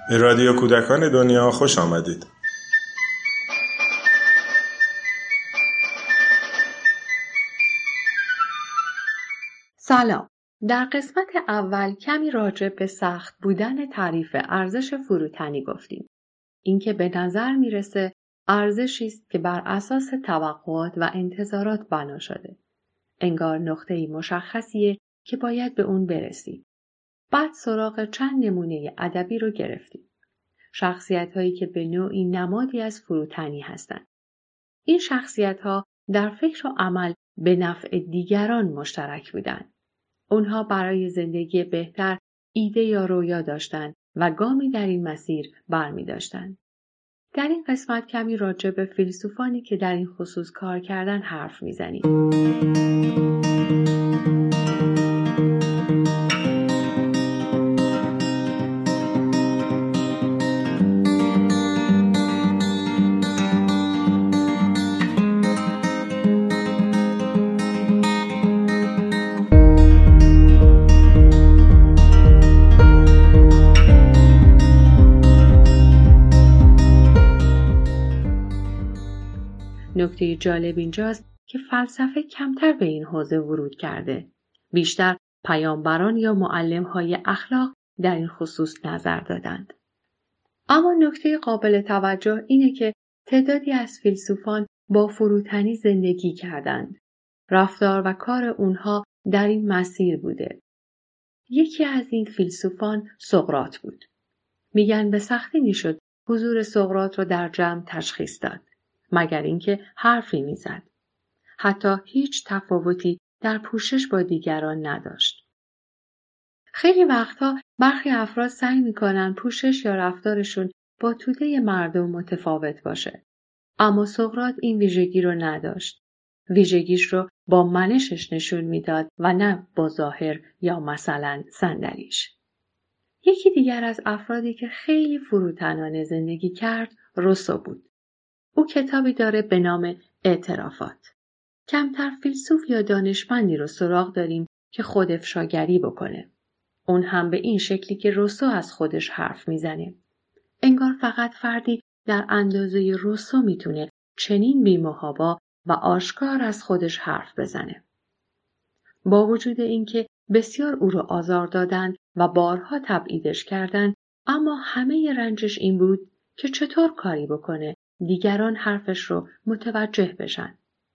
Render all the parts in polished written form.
به رادیو کودکان دنیا خوش آمدید. سلام. در قسمت اول کمی راجع به سخت بودن تعریف ارزش فروتنی گفتیم. اینکه به نظر میرسه ارزشی است که بر اساس توقعات و انتظارات بنا شده. انگار نقطه‌ای مشخصیه که باید به اون برسیم. بعد سراغ چند نمونه ادبی رو گرفتیم. شخصیت‌هایی که به نوعی نمادی از فروتنی هستند. این شخصیت‌ها در فکر و عمل به نفع دیگران مشترک بودند. اونها برای زندگی بهتر ایده یا رویا داشتند و گامی در این مسیر برمی داشتند. در این قسمت کمی راجع به فیلسوفانی که در این خصوص کار کردن حرف میزنیم. نکته جالب اینجاست که فلسفه کمتر به این حوزه ورود کرده. بیشتر پیامبران یا معلم‌های اخلاق در این خصوص نظر دادند. اما نکته قابل توجه اینه که تعدادی از فیلسوفان با فروتنی زندگی کردند. رفتار و کار اونها در این مسیر بوده. یکی از این فیلسوفان سقراط بود. میگن به سختی میشد حضور سقراط رو در جمع تشخیص داد. مگر اینکه حرفی میزد. حتی هیچ تفاوتی در پوشش با دیگران نداشت. خیلی وقتها برخی افراد سعی میکنن پوشش یا رفتارشون با توده مردم متفاوت باشه. اما سقراط این ویژگی رو نداشت. ویژگیش رو با منشش نشون میداد و نه با ظاهر یا مثلا صندلیش. یکی دیگر از افرادی که خیلی فروتنانه زندگی کرد روسو بود. او کتابی داره به نام اعترافات. کمتر فیلسوف یا دانشمندی رو سراغ داریم که خودافشاگری بکنه. اون هم به این شکلی که روسو از خودش حرف میزنه. انگار فقط فردی در اندازه روسو میتونه چنین بی‌محابا و آشکار از خودش حرف بزنه. با وجود اینکه بسیار او رو آزار دادند و بارها تبعیدش کردند، اما همه رنجش این بود که چطور کاری بکنه دیگران حرفش رو متوجه بشن.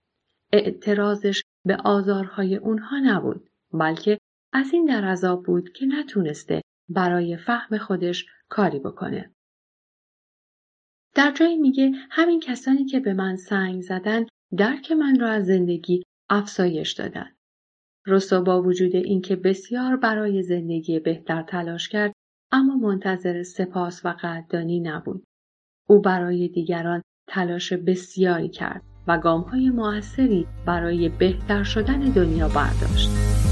اعتراضش به آزارهای اونها نبود، بلکه از این در عذاب بود که نتونسته برای فهم خودش کاری بکنه. در جایی میگه همین کسانی که به من سنگ زدن درک من را از زندگی افزایش دادن. روسو با وجود اینکه بسیار برای زندگی بهتر تلاش کرد، اما منتظر سپاس و قدردانی نبود. او برای دیگران تلاش بسیاری کرد و گام‌های موثری برای بهتر شدن دنیا برداشت.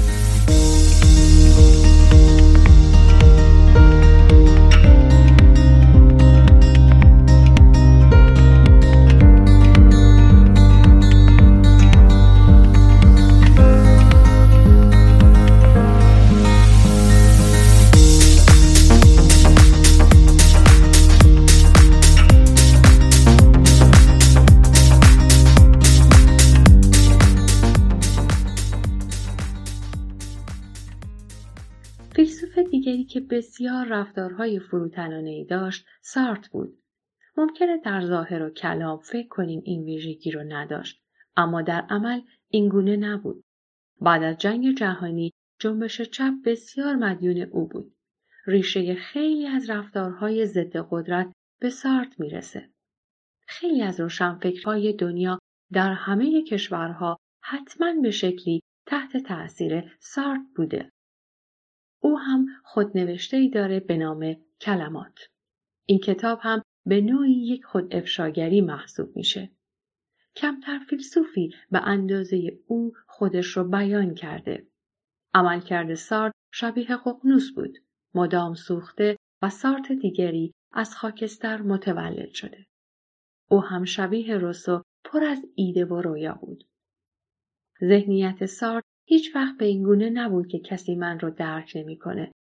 فیلسوف دیگری که بسیار رفتارهای فروتنانه‌ای داشت سارتر بود. ممکنه در ظاهر و کلام فکر کنیم این ویژگی رو نداشت، اما در عمل اینگونه نبود. بعد از جنگ جهانی جنبش چپ بسیار مدیون او بود. ریشه خیلی از رفتارهای ضد قدرت به سارتر میرسه. خیلی از روشنفکرهای دنیا در همه کشورها حتماً به شکلی تحت تأثیر سارتر بوده. او هم خودنوشته‌ای داره به نام کلمات. این کتاب هم به نوعی یک خودافشاگری محسوب میشه. کمتر فیلسوفی به اندازه او خودش رو بیان کرده. عملکرد سارتر شبیه ققنوس بود. مدام سوخته و سارتر دیگری از خاکستر متولد شده. او هم شبیه روسو پر از ایده و رویا بود. ذهنیت سارتر هیچ وقت به این گونه نبود که کسی من رو درک نمی‌کنه.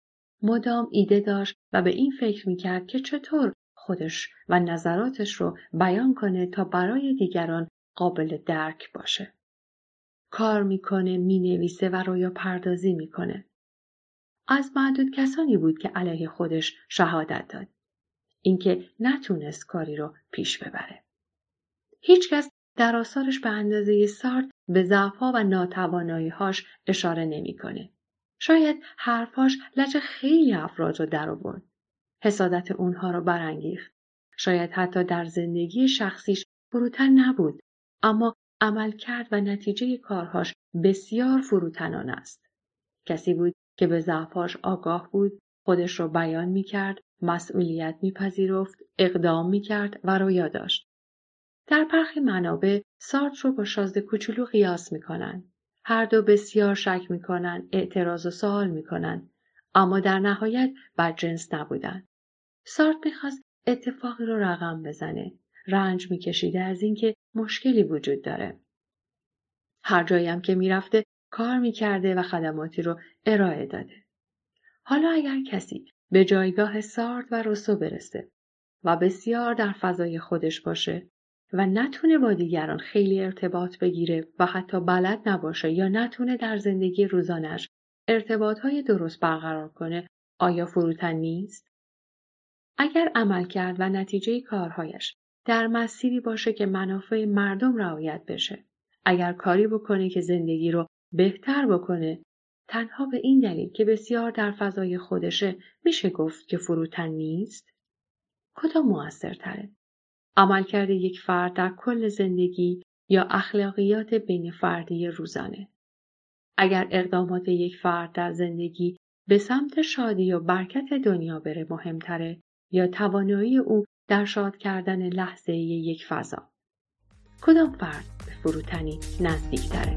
مدام ایده داشت و به این فکر میکرد که چطور خودش و نظراتش رو بیان کنه تا برای دیگران قابل درک باشه. کار میکنه، مینویسه و رویا پردازی میکنه. از معدود کسانی بود که علیه خودش شهادت داد. اینکه نتونست کاری رو پیش ببره. هیچ کس در آثارش به اندازه سارتر به ضعف‌ها و ناتوانایی‌هاش اشاره نمی‌کنه. شاید حرفاش لج خیلی افراد رو در آورد. حسادت اونها رو برانگیخت. شاید حتی در زندگی شخصیش فروتن نبود، اما عملکرد و نتیجه کارهاش بسیار فروتنان است. کسی بود که به ضعفاش آگاه بود، خودش رو بیان می‌کرد، مسئولیت می‌پذیرفت، اقدام می‌کرد و رویا داشت. در برخی منابع سارتر رو با شازده کوچولو قیاس می‌کنن. هر دو بسیار شک می‌کنن، اعتراض و سوال می‌کنن، اما در نهایت بدجنس نبودن. سارتر می‌خواست اتفاقی رو رقم بزنه. رنج می‌کشیده از اینکه مشکلی وجود داره. هر جایی هم که می‌رفته کار می‌کرده و خدماتی رو ارائه داده. حالا اگر کسی به جایگاه سارتر و روسو برسه و بسیار در فضای خودش باشه و نتونه با دیگران خیلی ارتباط بگیره و حتی بلد نباشه یا نتونه در زندگی روزانش ارتباطهای درست برقرار کنه، آیا فروتن نیست؟ اگر عمل کرد و نتیجه کارهایش در مسیری باشه که منافع مردم رعایت بشه، اگر کاری بکنه که زندگی رو بهتر بکنه، تنها به این دلیل که بسیار در فضای خودشه میشه گفت که فروتن نیست؟ کدام موثرتره؟ عملکرد یک فرد در کل زندگی یا اخلاقیات بین فردی روزانه؟ اگر اقدامات یک فرد در زندگی به سمت شادی و برکت دنیا بره مهمتره یا توانایی او در شاد کردن لحظه یک فضا؟ کدام فرد به فروتنی نزدیکتره؟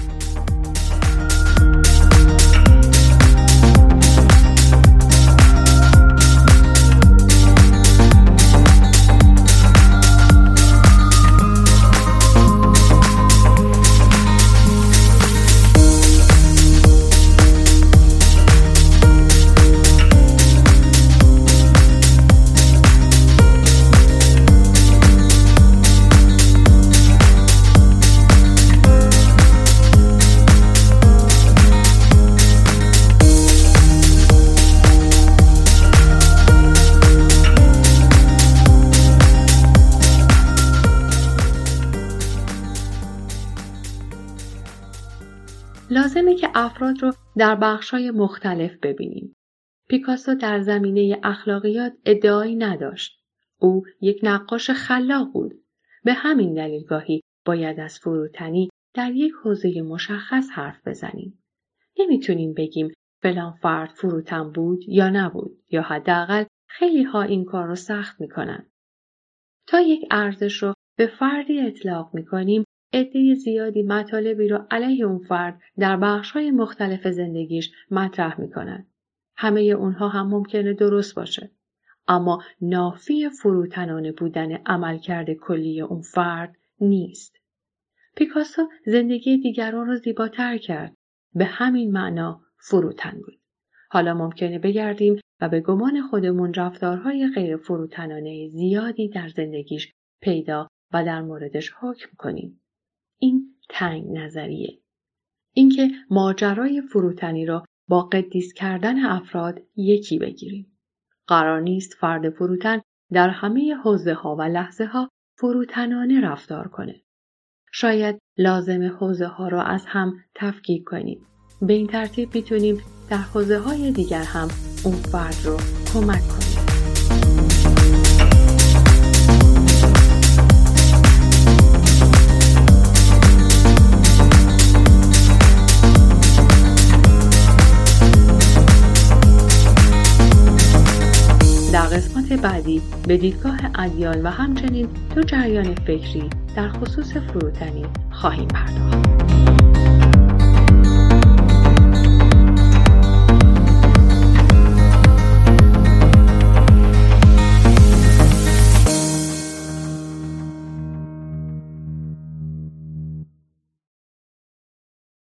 لازمه که افراد رو در بخش‌های مختلف ببینیم. پیکاسو در زمینه اخلاقیات ادعایی نداشت. او یک نقاش خلاق بود. به همین دلیل گاهی باید از فروتنی در یک حوزه مشخص حرف بزنیم. نمیتونیم بگیم فلان فرد فروتن بود یا نبود، یا حداقل خیلی ها این کار رو سخت میکنن. تا یک ارزش رو به فردی اطلاق میکنیم، عده زیادی مطالبی رو علیه اون فرد در بخش‌های مختلف زندگیش مطرح میکنن. همه اونها هم ممکنه درست باشه، اما نافی فروتنانه بودن عملکرد کلی اون فرد نیست. پیکاسو زندگی دیگران رو زیباتر کرد. به همین معنا فروتن بود. حالا ممکنه بگردیم و به گمان خودمون رفتارهای غیر فروتنانه زیادی در زندگیش پیدا و در موردش حکم کنیم. این تنگ نظریه. اینکه ماجرای فروتنی را با قدیس کردن افراد یکی بگیریم. قرار نیست فرد فروتن در همه حوزه ها و لحظه ها فروتنانه رفتار کنه. شاید لازم حوزه ها را از هم تفکیک کنیم. به این ترتیب میتونیم در حوزه های دیگر هم اون فرد رو کمک کنیم. در قسمت بعدی به دیدگاه ادیان و همچنین دو جریان فکری در خصوص فروتنی خواهیم پرداخت.